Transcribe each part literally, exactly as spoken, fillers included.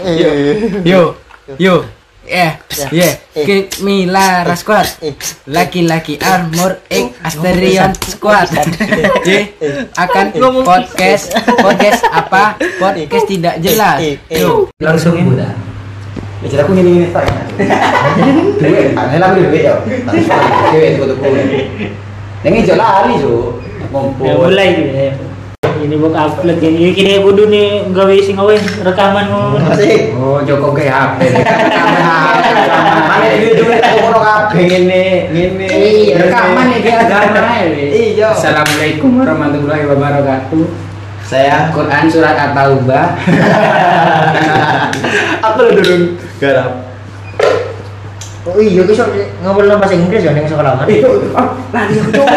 Yo, yo, eh, yeah, keep me Lara Squad, laki-laki armor X Asterion Squad. Ye, akan podcast, podcast apa? Podcast tidak jelas. Yo, langsung udah. Bicara aku gini gini tak. Duit, aneh lah duit ya. Duit itu tuh. Nengi jalan ni so. Ngumpul. Mulai dia. Ini buka upload ini kini bodoh ni gawe sing awe rekaman mo. Oh, Joko ke H P. Mana ini duit aku ono kabeh ngene, ngene. Iya, rekaman iki agama ae. Iya. Assalamualaikum warahmatullahi wabarakatuh. Saya Quran surat At-Taubah. aku lo durung garap. Oh iya, besok ngobrol bahasa Inggris ya ning sekolah kan. Itu ah, lari aku tuh.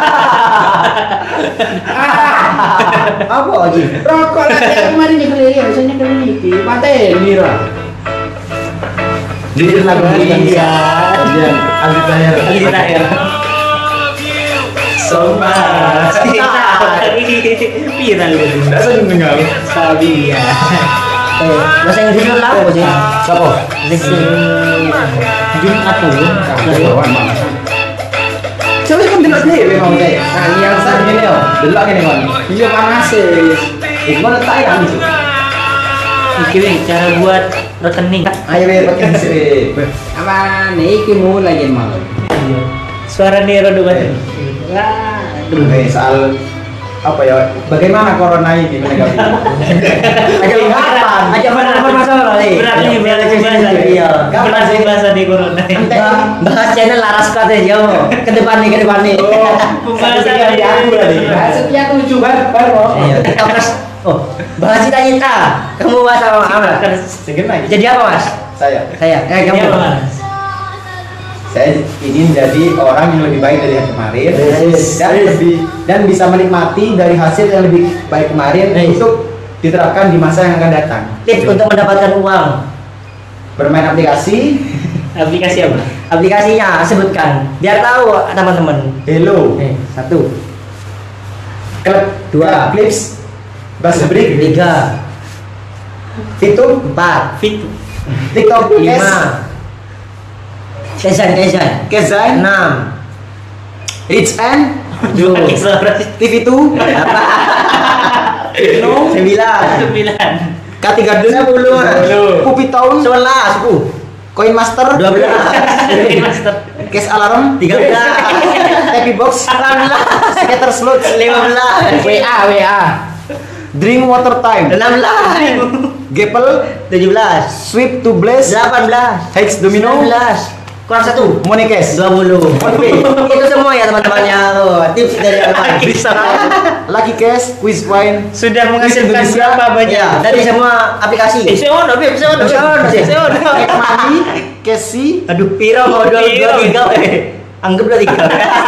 Apa lagi? Rokok lagi kemarin nih kali ya, biasanya kali ini pateni ra. Jadi lagu ini ya. Kemudian Aldi Tahir. Aldi Tahir. Soma. Viral lu. Enggak sering dengar. Sabia. Eh, bahasa Inggris dulu lah apa sih? Siapa? Jumat tuh. Coba kan delok dhewe mau teh. Nah, yang sak ngene yo. Delok ngene kon. Iya panas sih. Iku mana tak ya itu. Iki weh cara buat rekening. Ayo we pakai sih. Apa nih iki mulai jen mau. Suara Nero do banget. Lah, eh soal apa ya? Bagaimana corona ini menanggapi? Aja kapan? Aja mana masalah nih. Berat nih bahasa bahasa. Iya. Berat sih bahasa di corona. Bahas channel Laras Squad ya, yo. Ke depan nih, ke depan nih. Oh, pembahasan dari aku tadi. Setiap tujuh bar bar kok. Iya, kita bahas. Oh, bahas cita-cita. Kamu bahas apa, Mas? Segenai. Jadi apa, Mas? Saya. Saya. Eh, Ini kamu. apa, Mas? Saya ingin jadi orang yang lebih baik dari yang kemarin Yes. dan Yes. lebih dan bisa menikmati dari hasil yang lebih baik kemarin Yes. untuk diterapkan di masa yang akan datang. Tips untuk mendapatkan uang. Bermain aplikasi, Aplikasi apa? Aplikasinya sebutkan biar tahu teman-teman. Hello, Eh, satu, Klub, Dua. Clips, Bus Break, tiga, Fitur, empat, Fit. TikTok, lima, Kezan, Kezan, Kezan, enam, Rich and tujuh, T V two, No, sembilan, Sembilan. K tiga puluh, Sepuluh. Pupi Town, sebelas, sepuluh, Coin Master, dua belas, Master. Cash Alarm, tiga belas, Happy Box, Scatter Slot, lima belas, W A W A. Drink Water Time, enam belas, Gapel, tujuh belas, Sweep to Blaze, delapan belas, Hex Domino, sembilan belas, kurang satu, Money Cash, dua puluh. Itu semua ya teman-temannya. Oh, tips dari apa? Bisa. Lucky Cash, Quiz Wine, Sudah menghasilkan Indonesia. berapa banyak? Ya, dari semua aplikasi. Eh, seono, Beb, seono. Seono, Seono. Make Money, Casey, Aduh, piro mau dua Piro. dua tiga, weh. Anggap dua tiga.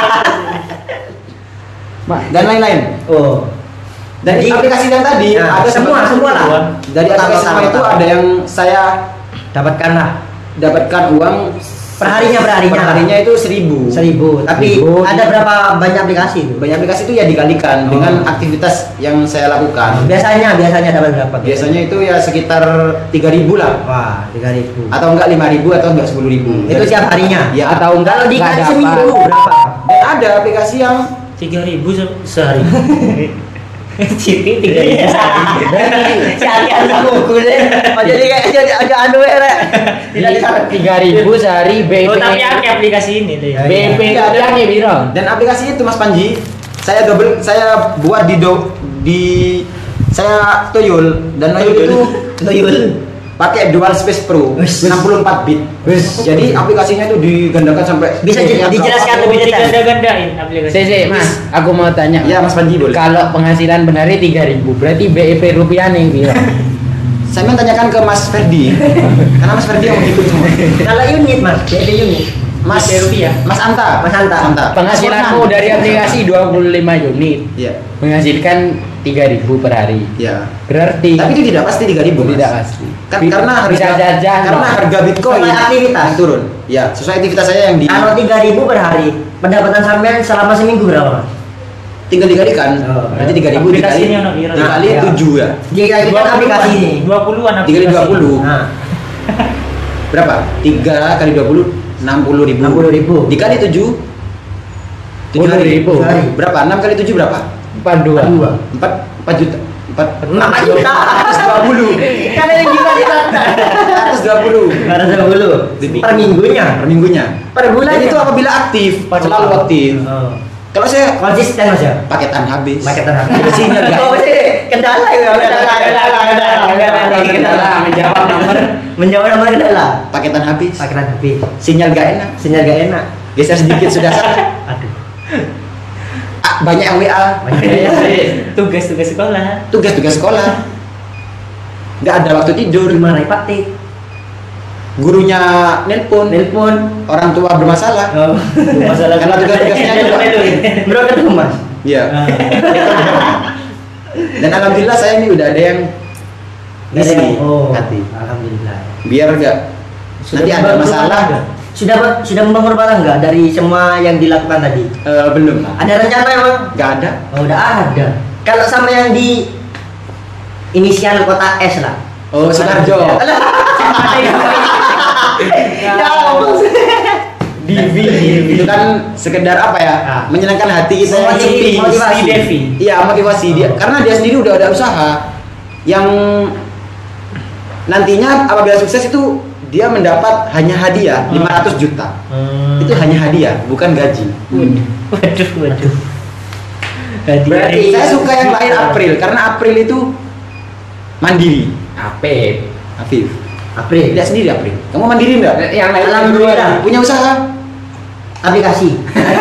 dan lain-lain. Oh, Dari Jadi- aplikasi yang tadi Nah, ada semua, sebagian- semua lah. Dari aplikasi semua itu ada yang saya dapatkanlah dapatkan uang perharinya perharinya. perharinya itu seribu. Seribu. Tapi Seribu. ada berapa banyak aplikasi itu? Banyak aplikasi itu ya dikalikan Oh. dengan aktivitas yang saya lakukan. Biasanya biasanya dapat berapa? Biasanya itu ya sekitar tiga ribu lah, Wah, tiga ribu. atau enggak lima ribu atau enggak sepuluh ribu. Itu tiap harinya. Ya, Atau enggak Kalau dikali enggak seminggu dapat. berapa? dan ada aplikasi yang Tiga ribu se- sehari. Citi tiga ribu sehari. Si Ali ada buku deh. Oh, jadi kayak jadi ada anu ya, Rek. Tidak disarankan. Tiga ribu sehari B P. Oh, tapi pakai aplikasi ini deh. B P Iya, ada nih biro. dan aplikasi itu Mas Panji saya double saya buat di do, di saya tuyul dan tuyul itu Tuyul. pakai dual space pro Wis. enam puluh empat bit. Jadi aplikasinya itu digandakan sampai Bisa di- dijelaskan lebih detail. Diganda-gandain aplikasi. Sih sih Mas, aku mau tanya. Ya Mas Panji boleh. Kalau penghasilan benarnya tiga ribu, berarti B E P rupiah nih biro. Saya mau tanyakan ke Mas Ferdi karena Mas Ferdi yang menghitung semua. Kalau unit, Mas, B P unit. Mas B P rupiah. Mas Anta. Mas Anta. Penghasilanmu dari aplikasi dua puluh lima unit, Iya. menghasilkan tiga ribu per hari. Iya. Berarti Tapi itu tidak pasti tiga ribu. tidak pasti. Kan, Bi- karena harga bisa jajan. karena Mas. harga Bitcoin Sesuai aktivitas. yang turun. Ya, sesuai aktivitas saya yang di Kalau tiga ribu per hari, pendapatan sampean selama seminggu berapa, Mas? tinggal dikalikan. Oh, Berarti tiga ribu dikali aplikasinya ono kira. dikali Nah, tujuh ya. Dikalikan aplikasi ini. dua puluhan Dikali dua puluh. Nah, Berapa? tiga kali dua puluh enam puluh ribu. enam puluh ribu. Dikali tujuh tujuh sepuluh ribu. hari. Berapa? enam kali tujuh berapa? empat puluh dua. Dua. empat empat juta. empat Empat juta. seratus dua puluh. Karena yang gimana di seratus dua puluh Karena dua puluh. Per minggunya. per minggunya. Per bulan. Dan itu apabila aktif, selalu aktif. Oh. Kalau saya Konsisten Mas ya. paketan habis. Paketan habis. Sinyal nggak Oh, sih. Kendala ya, kendala, kendala, kendala, kendala, kendala. Menjawab nomor. Menjawab nomor kendala. paketan habis. Paketan habis. Sinyal gak enak. Sinyal gak enak. Geser sedikit sudah salah. Aduh. Ah, banyak yang W A. Banyak ya. Tugas-tugas sekolah. Tugas-tugas sekolah. Nggak ada waktu tidur. Gimana Pak? Gurunya nelpon. Nelpon. Orang tua bermasalah. Oh. Masalah Karena tugas-tugasnya juga. Bro ketemu Mas. Iya. Dan alhamdulillah saya ini udah ada yang ngisi Oh. hati. Alhamdulillah. Biar nggak nanti ada membangun masalah. rumah tangga? Sudah sudah membangun rumah tangga dari semua yang dilakukan tadi. Eh, belum lah. Ada rencana emang? Nggak ada. Oh, udah ada. Kalau sama yang di inisial kota S lah. Oh, Soekarjo. Ya ampun. Divi itu kan sekedar apa ya? Ah. Menyenangkan hati kita yang Motivasi, sepi. motivasi. Si Devi. Iya, motivasi dia karena dia sendiri udah ada usaha yang nantinya apabila sukses itu dia mendapat hanya hadiah Hmm. lima ratus juta. Hmm. Itu hanya hadiah, bukan gaji. Waduh, waduh. Berarti saya suka yang lain April karena April itu mandiri. Apep. Afif. April. Lihat sendiri April. Kamu mandiri enggak? Yang lain Alhamdulillah. Punya usaha? Aplikasi.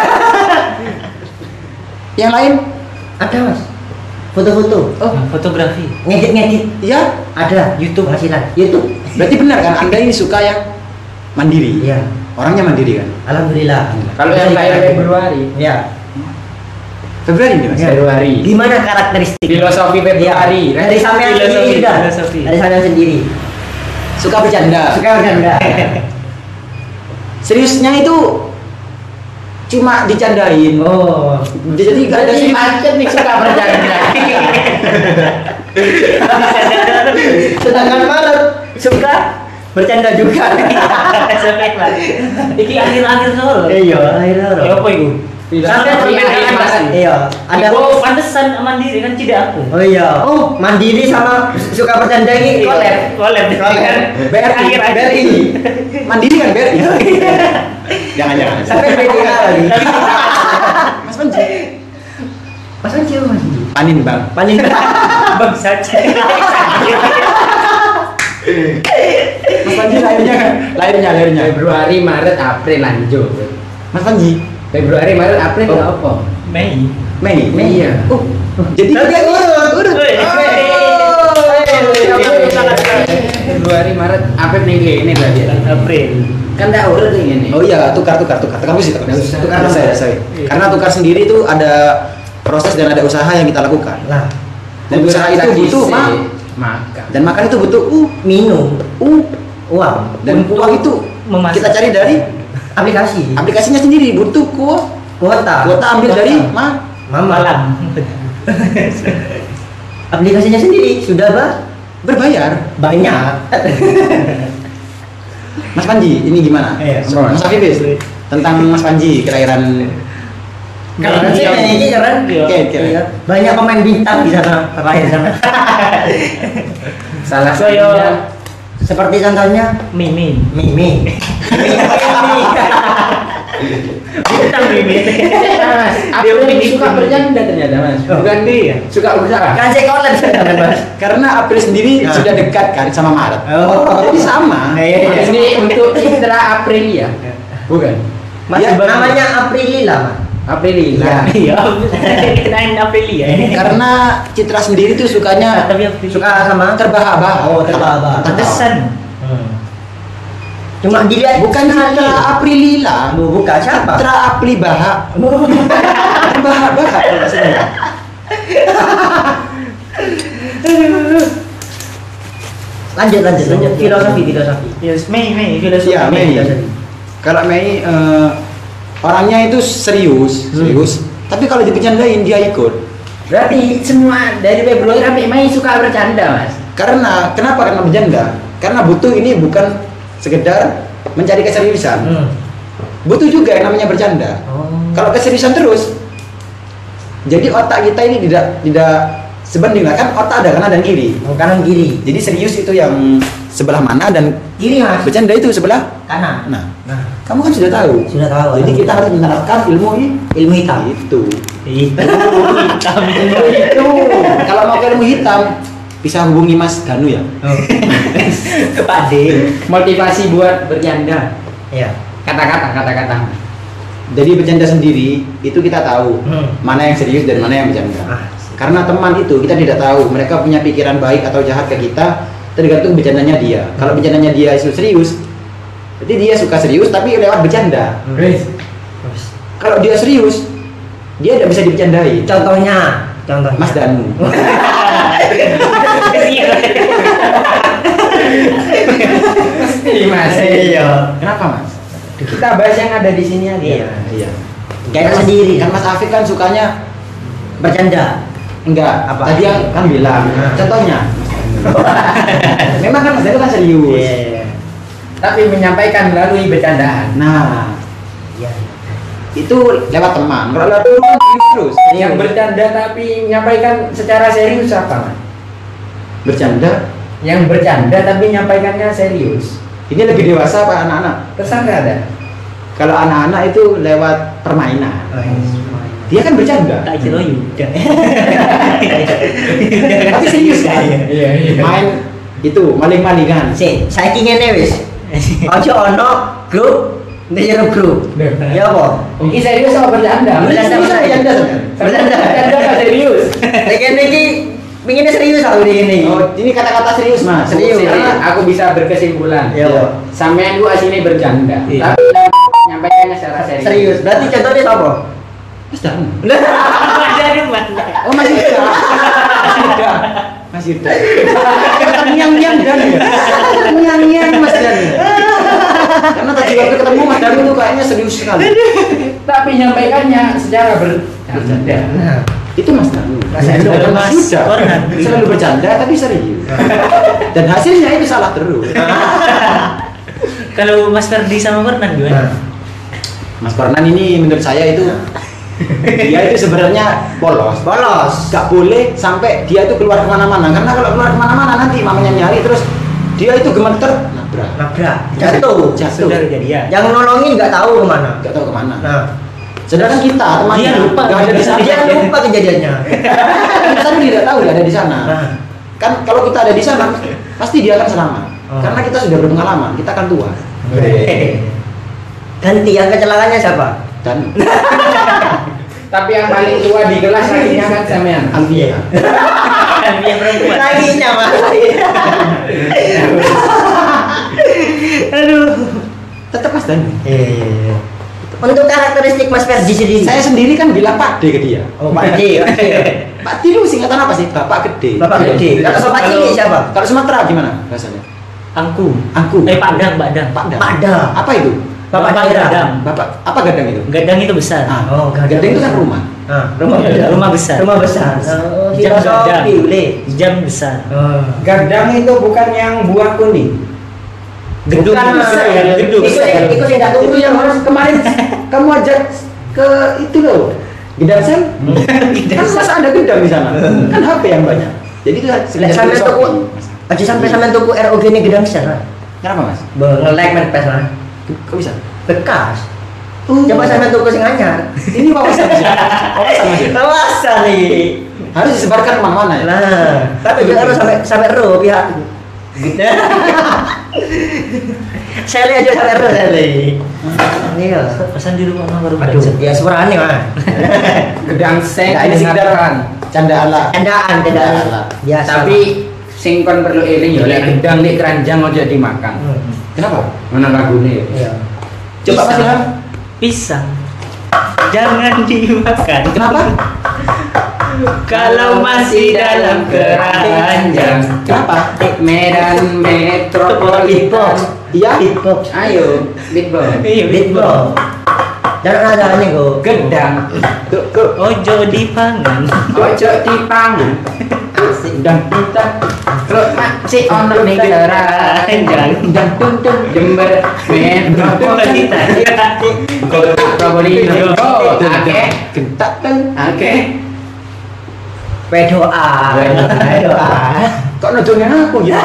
Yang lain? Ada Mas. Foto-foto. Oh, Fotografi. Ngedit-ngedit. iya. Ada. YouTube hasilan. YouTube. Berarti benar kan Anda ini suka yang mandiri? Iya. Orangnya mandiri kan? Alhamdulillah. Kalau yang lain Februari. Ya. Februari nih Mas. Ya. Februari. Gimana karakteristik? Filosofi Februari. Iya. Dari sampean Filosofi, sendiri sudah. filosofi. Dari sampean sendiri. Suka bercanda. Suka bercanda. Seriusnya itu cuma dicandain. Oh. Jadi gak ada Berarti sih. macet nih suka bercanda. Sedangkan Maret suka bercanda juga. Sampai lah. Iki akhir-akhir sore. Iya, akhirnya. Ya apa itu? Sampai Filosofi Mas. Iya, ada Oh, pantesan mandiri kan tidak aku. Oh iya. Oh, mandiri sama suka bercanda ini collab. Collab. Collab. B R I. Akhir B R I. Mandiri kan B R I? Jangan jangan. Sampai beda lagi. Mas Panji. Mas Anji, Mas Anji. Panin bang. Paling Bang saja. Mas Panji lahirnya kan? Lahirnya lahirnya. Februari, Maret, April lanjut. Mas Panji. Februari, Maret, April Oh. nggak apa? Mei. Mei. Mei ya. Oh, jadi Tapi kita urut, urut. Woi. Februari, Maret, April nih ini berarti. April. Kan tak urut ini. Oh iya, tukar tukar tukar. Tukar sih tukar. Nggak usah. Tukar saya saya. Karena tukar sendiri itu ada proses dan ada usaha yang kita lakukan. lah, Dan usaha itu butuh mak makan. dan makan itu butuh uh minum, uh uang, dan Untuk uang itu memasak. kita cari dari aplikasi, aplikasinya sendiri butuh kuota. kuota, Kuota ambil dari ma mama, Malam. aplikasinya sendiri sudah bah berbayar. banyak. Mas Panji, ini gimana? Iya. Mas Afifis tentang Mas Panji kelahiran Keren sih, ini keren. Iya. Oke, oke. Iya. Banyak pemain bintang di sana, terakhir sana. Salah So, yo. satunya Seperti contohnya Mimi. Mimi. Mimi. Bintang Mimi. Mas, April ini suka bercanda ternyata Mas. Bukan dia. Suka usaha. Kan saya collab sama Mas. karena April sendiri Nah. sudah dekat kan sama Maret. Oh. Jadi sama. Iya, iya, iya. Ini untuk Citra Aprilia. Bukan. Mas, Ya, namanya Aprilila, Mas. Aprilia. Iya. Kenaan Aprilia. Karena Citra sendiri tuh sukanya Tapi Aprilia. Suka sama terbahak-bahak. Oh, terbahak-bahak. Pantesan. Cuma dilihat Bukan Citra Aprilila. Lu buka siapa? Citra Apli Bahak. Terbahak-bahak kalau nggak salah. Lanjut, lanjut, lanjut. Filosofi, filosofi. Yes, Mei, Mei, filosofi. Iya, Mei. Filosofi. Kalau Mei eh, orangnya itu serius, serius. Tapi kalau dibercandain dia ikut. Berarti semua dari Februari sampai Mei suka bercanda, Mas. Karena kenapa? Karena bercanda. Karena butuh ini bukan sekedar mencari keseriusan. Hmm. Butuh juga yang namanya bercanda. Oh. Kalau keseriusan terus, jadi otak kita ini tidak tidak sebanding lah, kan otak ada kanan dan kiri. Oh, kanan kiri. Jadi serius itu yang sebelah mana dan Kiri Mas. bercanda itu sebelah. Kanan. Nah, Nah, kamu kan sudah tahu. sudah tahu. Jadi kita harus menerapkan ilmu ini. ilmu hitam. Itu. Itu hitam itu. Itu. Kalau mau ke ilmu hitam, bisa hubungi Mas Ganu ya. Pak D. Motivasi buat bercanda. Iya. Kata-kata, kata-kata. Jadi bercanda sendiri itu kita tahu Hmm. mana yang serius dan mana yang bercanda. Ah. Karena teman itu kita tidak tahu mereka punya pikiran baik atau jahat ke kita, tergantung bercandanya dia. Kalau bercandanya dia itu serius, jadi dia suka serius tapi lewat bercanda. Chris. Terus. Kalau dia serius, dia tidak bisa dibercandai. Contohnya, contohnya. Mas Danu. Iya, Mas. Iya. Kenapa Mas? Kita bahas yang ada di sini aja. Iya. Iya. Kayak Mas- sendiri. Kan Mas Afif kan sukanya Bercanda. enggak. Apa? Tadi yang kan bilang. Nah. Contohnya. Memang kan Mas Danu kan serius. Iya. Tapi menyampaikan melalui bercandaan. Nah, Iya. itu lewat teman. Kalau lewat teman serius terus. Yang bercanda tapi menyampaikan secara serius apa, Mas? Bercanda. Yang bercanda tapi menyampaikannya serius. Ini lebih dewasa apa anak-anak? Tersangka ada. Kalau anak-anak itu lewat permainan. Oh, iya. Dia kan bercanda. Tak kira you. Tapi serius kan? Iya, iya. Main itu maling-malingan. Si, saiki ngene wis. Ojo ono grup ngejar grup. Ya apa? Ini serius sama bercanda? Bercanda, Serius apa bercanda? Bercanda. Bercanda apa serius? Lagi iki pinginnya serius aku di ini. Oh, ini kata-kata serius mas. Serius. Karena aku bisa berkesimpulan. Ya, Pak. Sampean dua sini bercanda. Iya. Tapi nyampaikannya secara serius. Serius. Berarti contohnya apa? Mas Dan. Jadi mana? Oh masih ada. Masih ada. Masih ada. Nyang-nyang Dan ya. Nyang-nyang Mas Dan. Karena tadi waktu ketemu Mas Dan itu kayaknya serius sekali. Tapi nyampaikannya secara bercanda. Nah, Itu Mas Dan. Mas Dan. Dan Mas Yuda Kornan. selalu bercanda tapi serius. Dan hasilnya itu salah terus. Kalau Mas Ferdi sama Kornan gimana? Mas Kornan ini menurut saya itu dia itu sebenarnya polos. bolos. Gak boleh sampai dia itu keluar kemana-mana karena kalau keluar kemana-mana nanti mamanya nyari terus dia itu gemeter nabrak Nabrak. Jatuh. jatuh Sudah kejadian. Yang nolongin nggak tahu kemana. nggak tahu kemana. Nah, Sedangkan kita temannya Dia lupa. nggak ada di sana. dia lupa kejadiannya. Kita kan tidak tahu dia ada di sana. Nah, Kan kalau kita ada di sana pasti dia akan selamat. Oh. Karena kita sudah berpengalaman, kita akan tua. ganti yang kecelakaannya siapa? Dan Tapi yang paling tua di kelas lakinya kan sampean. Alvia. Yang perempuan. Laginya mas. Aduh. Tetap Mas Dan. Eh. Untuk karakteristik Mas Ferdi sendiri. Saya sendiri kan bilang Pak D ke dia. Oh, Pak D. Pak D itu singkatan apa sih? Bapak gede. Bapak gede. Kalau Bapak cilik siapa? Kalau Sumatera gimana bahasanya? Angku. Angku. Eh Padang, Padang. Padang. Padang. Apa itu? Bapak Bapak daerah. Gadang. Bapak apa gadang itu? Gadang itu besar. Ah, Oh, gadang. gadang itu kan rumah. Ah, rumah Iya, besar. rumah besar. Rumah besar. Oh, Jam filosofi, gadang. boleh. Jam besar. Oh. Gadang itu bukan yang buah kuning. Gedung Bukan, besar. Mas. Gedung. Ikut yang ikut yang datang Itu yang harus kemarin kamu ajak ke itu loh. Gedang sel. Kan masa ada gedang di sana. Kan H P yang banyak. Jadi itu Lek sekedar sampai filosofi. tuku, aja sampai sampai tuku R O G ini gedang besar. Kenapa Mas? Ngelek men pes lah. Kok bisa? Bekas. Oh. Coba sampai tuku sing anyar. Ini wawasan Mas. Wawasan Mas. Masa nih. Harus disebarkan kemana-mana ya. Nah, tapi juga harus sampai sampai ro pihak. Saya lihat aja sampai ro saya lihat. Iya. Pesan di rumah nomor Aduh, ya sebenarnya mah. Gedang seng Nah, ini sekedar diingatkan. canda ala. Candaan, candaan. Biasa. Tapi sing kon perlu eling ya lek gedang lek keranjang aja dimakan. Hmm. Kenapa? Mana lagune? Iya. Coba Mas Ilham. Pisang. Jangan dimakan. Kenapa? Kalau masih dalam keranjang. Kenapa? Medan Metropolitan. Iya. Beatbox. Ayo, beatbox. Iya, Beatbox. Jangan rasanya kok. Gedang. Tuh, tuh. Ojo dipangan. Ojo dipangan. Dang kita. Lo masih ono ning gerak. Dang tung tung jember. Men Itu lagi tadi. Probolinggo. Oke. Gentak teng. Oke. Pedoa. Pedoa. Kok nodongnya aku ya?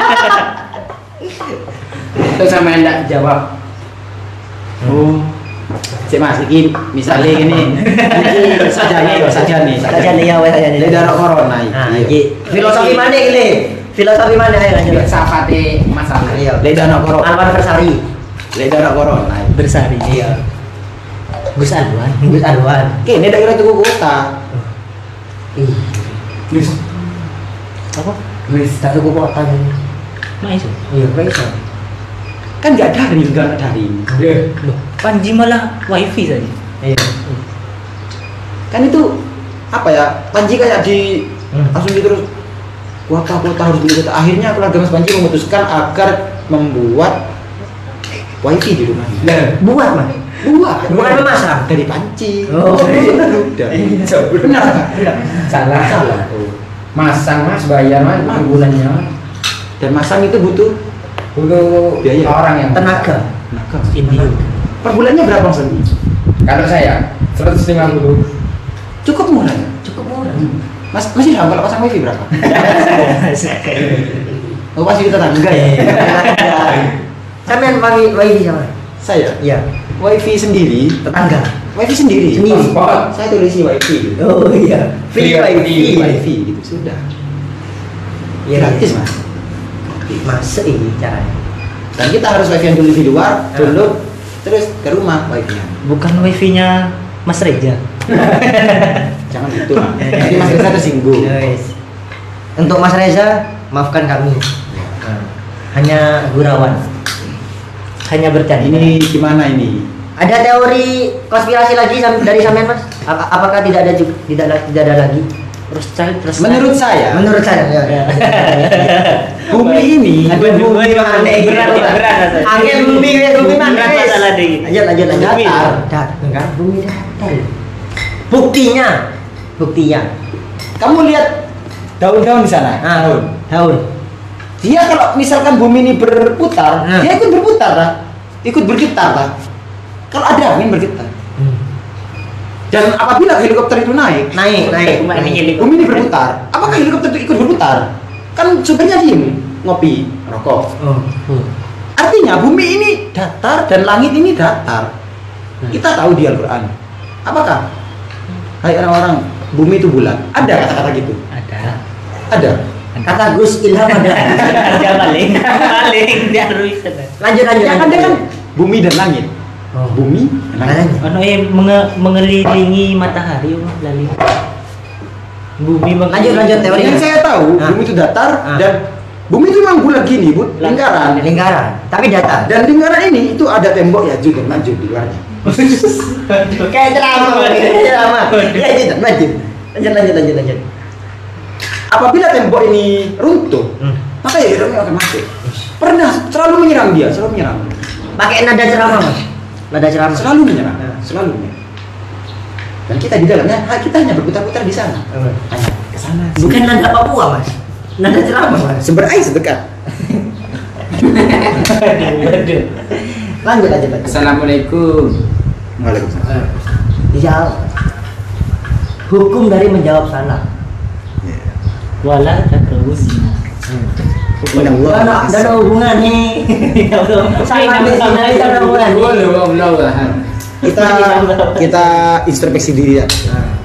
Terus sama ndak jawab. Oh. Cek Mas iki misale gini. Iki sajane yo, sajane. Saja nih ya, wes saja nih. Lek darah corona Nah, iki. iki filosofi mana ini? Filosofi mana ayo lanjut. Filsafate masalah. Iya. Lek darah corona. Alwan Versari. Lek darah corona. Bersari. Iya. Gus Alwan. Gus Alwan. Kene daerah tuku kota. Ih, Wis. Apa? wis tak tuku kota ini. Mak iso. Iya, kok iso. Kan enggak daring, enggak daring. Loh, Panji malah wifi saja. Iya. Kan itu apa ya? Panji kayak di Hmm. langsung gitu terus kuota kuota harus beli kuota. Akhirnya keluarga Mas Panji memutuskan agar membuat wifi di rumahnya. Buat mah. Buat, Bukan memasang. dari panci. Oh. Udah. Benar nggak? Salah. Salah. Masang Mas bayar Mas per bulannya. Dan masang itu butuh Butuh Biaya. orang yang Tenaga. tenaga. Indio. Per bulannya berapa Mas Panji? Kalau saya seratus lima puluh. Cukup murah ya? Cukup murah. Mas masih dalam kalau pasang wifi berapa? Oh pasti kita tangga ya. Sampean panggil wifi sama? Saya Iya. wifi sendiri, Tetangga. wifi sendiri. Sendiri. Spot. Saya tulisi wifi. Oh iya. Free Free wifi. wifi gitu sudah. Iya. Gratis Mas. Masuk ini caranya. Dan kita harus wifi yang dulu di luar, download terus ke rumah wifi-nya. Bukan wifi-nya Mas Reja. Jangan gitu lah. Nanti Mas Reza tersinggung. Yes. Untuk Mas Reza, maafkan kami. Hanya gurauan. Hanya bercanda. Ini gimana ini? Ada teori konspirasi lagi sam- dari sampean Mas? Ap- apakah tidak ada juga, tidak ada- tidak ada lagi? Terus cari terus. Menurut saya, Menurut saya ya. bumi ini Aduh, bumi mana ini? berat ya, berat rasanya. Angin bumi kayak bumi mana? Berat guys? masalah deh. Lanjut lanjut lanjut. Bumi. Datar. Enggak, bumi datar. Buktinya. Buktinya. kamu lihat daun-daun di sana. Ah, daun. Daun. Dia kalau misalkan bumi ini berputar, Nah. dia ikut berputar lah, ikut bergetar lah. Kalau ada angin bergetar. Dan apabila helikopter itu naik, Naik, naik. Cuma ini jadi- bumi ini berputar. Apakah helikopter itu ikut berputar? Kan supirnya diem, ngopi, rokok. Oh. Artinya bumi ini datar dan langit ini datar. Kita tahu di Al-Quran. Apakah? Hai orang-orang, bumi itu bulat. Ada kata-kata gitu? Ada. Ada. Kata Gus Ilham ada. Ada paling. Paling dia harus ada. Lanjut lanjut. Yang ada kan bumi dan langit. Oh. Bumi dan langit. Lanjut. Ono eh menge- mengelilingi matahari oh, lali. Bumi meng- Lanjut, lanjut, teori. Yang saya tahu, Ah. bumi itu datar Ah. dan bumi itu memang bulat gini, Bu, lingkaran. Lingkaran, tapi datar. Dan lingkaran ini itu ada tembok ya, juga maju di luarnya. Kayak ceramah, kayak ceramah. Ya lanjut, lanjut. Lanjut lanjut lanjut lanjut. Apabila tembok ini runtuh, Hmm. maka ya hidupnya akan masuk. Pernah selalu menyerang dia, selalu menyerang. Pakai nada ceramah, Mas. Nada ceramah. Selalu menyerang, Ah. selalu menyerang. Dan kita di dalamnya, ha, kita hanya berputar-putar di sana. Hanya ke sana. sini. Bukan nada Papua, Mas. Nada ceramah, Mas. Seberai sedekat. Waduh. Lanjut lanjut lanjut. Assalamualaikum. Waalaikumsalam. Dijawab. Hukum dari menjawab salah. Wala takrus. Undang Dan Allah. ada hubungan nih. Salah di sini ada hubungan. Boleh, boleh. Kita kita introspeksi diri ya.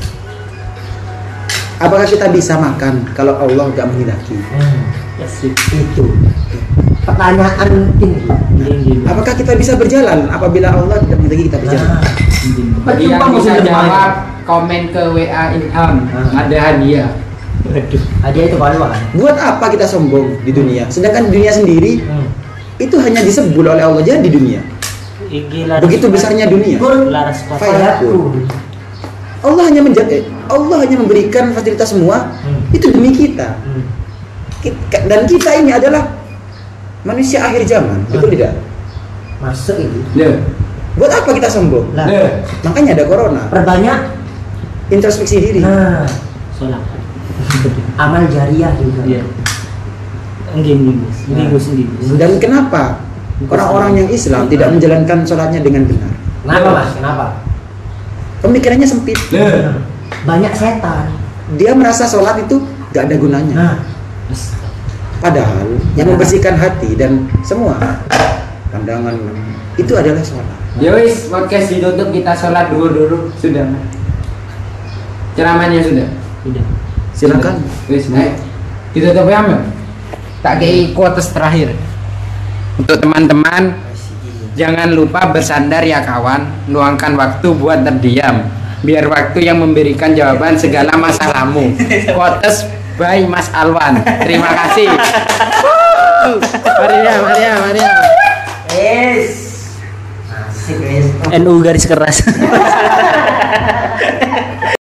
Apakah kita bisa makan kalau Allah nggak menghendaki? Asik. Itu pertanyaan tinggi. Tinggi. Apakah kita bisa berjalan apabila Allah tidak menghendaki kita berjalan? Bagi yang Percuma bisa musim depan. jawab, komen ke W A Ilham. Ah. Ada hadiah. Waduh. Hadiah itu kalau kan. Buat apa kita sombong di dunia? Sedangkan di dunia sendiri itu hanya disebut oleh Allah jadi di dunia. Iki laras. Begitu besarnya dunia. Kun Laras pas. Fayakun. Allah hanya menjaga, Allah hanya memberikan fasilitas semua Hmm. itu demi kita. Hmm. Kita- Dan kita ini adalah manusia akhir zaman, betul tidak? Masuk ini. Loh, Buat apa kita sombong? Lah. Makanya ada corona. Perbanyak. Introspeksi diri. Nah, Sholat. amal jariah juga. Iya. Enggak, enggak, Gus. Ini Gus, ini Gus. Dan kenapa orang-orang yang Islam tidak menjalankan sholatnya dengan benar? Kenapa Mas? Kenapa? Pemikirannya sempit. Banyak setan. Dia merasa sholat itu gak ada gunanya. Nah, Padahal yang membersihkan hati dan semua pandangan itu adalah sholat. Ya wis, podcast ditutup, kita sholat dulu dulu sudah. Ceramahnya sudah. Sudah. Silakan. Wis, ayo. Ditutup ya, Mel. Tak kei quotes terakhir. Untuk teman-teman, jangan lupa bersandar ya kawan, luangkan waktu buat terdiam. Biar waktu yang memberikan jawaban segala masalahmu. Quotes by Mas Alwan. Terima kasih. Maria, Maria, Maria. yes. Asik, yes. N U garis keras.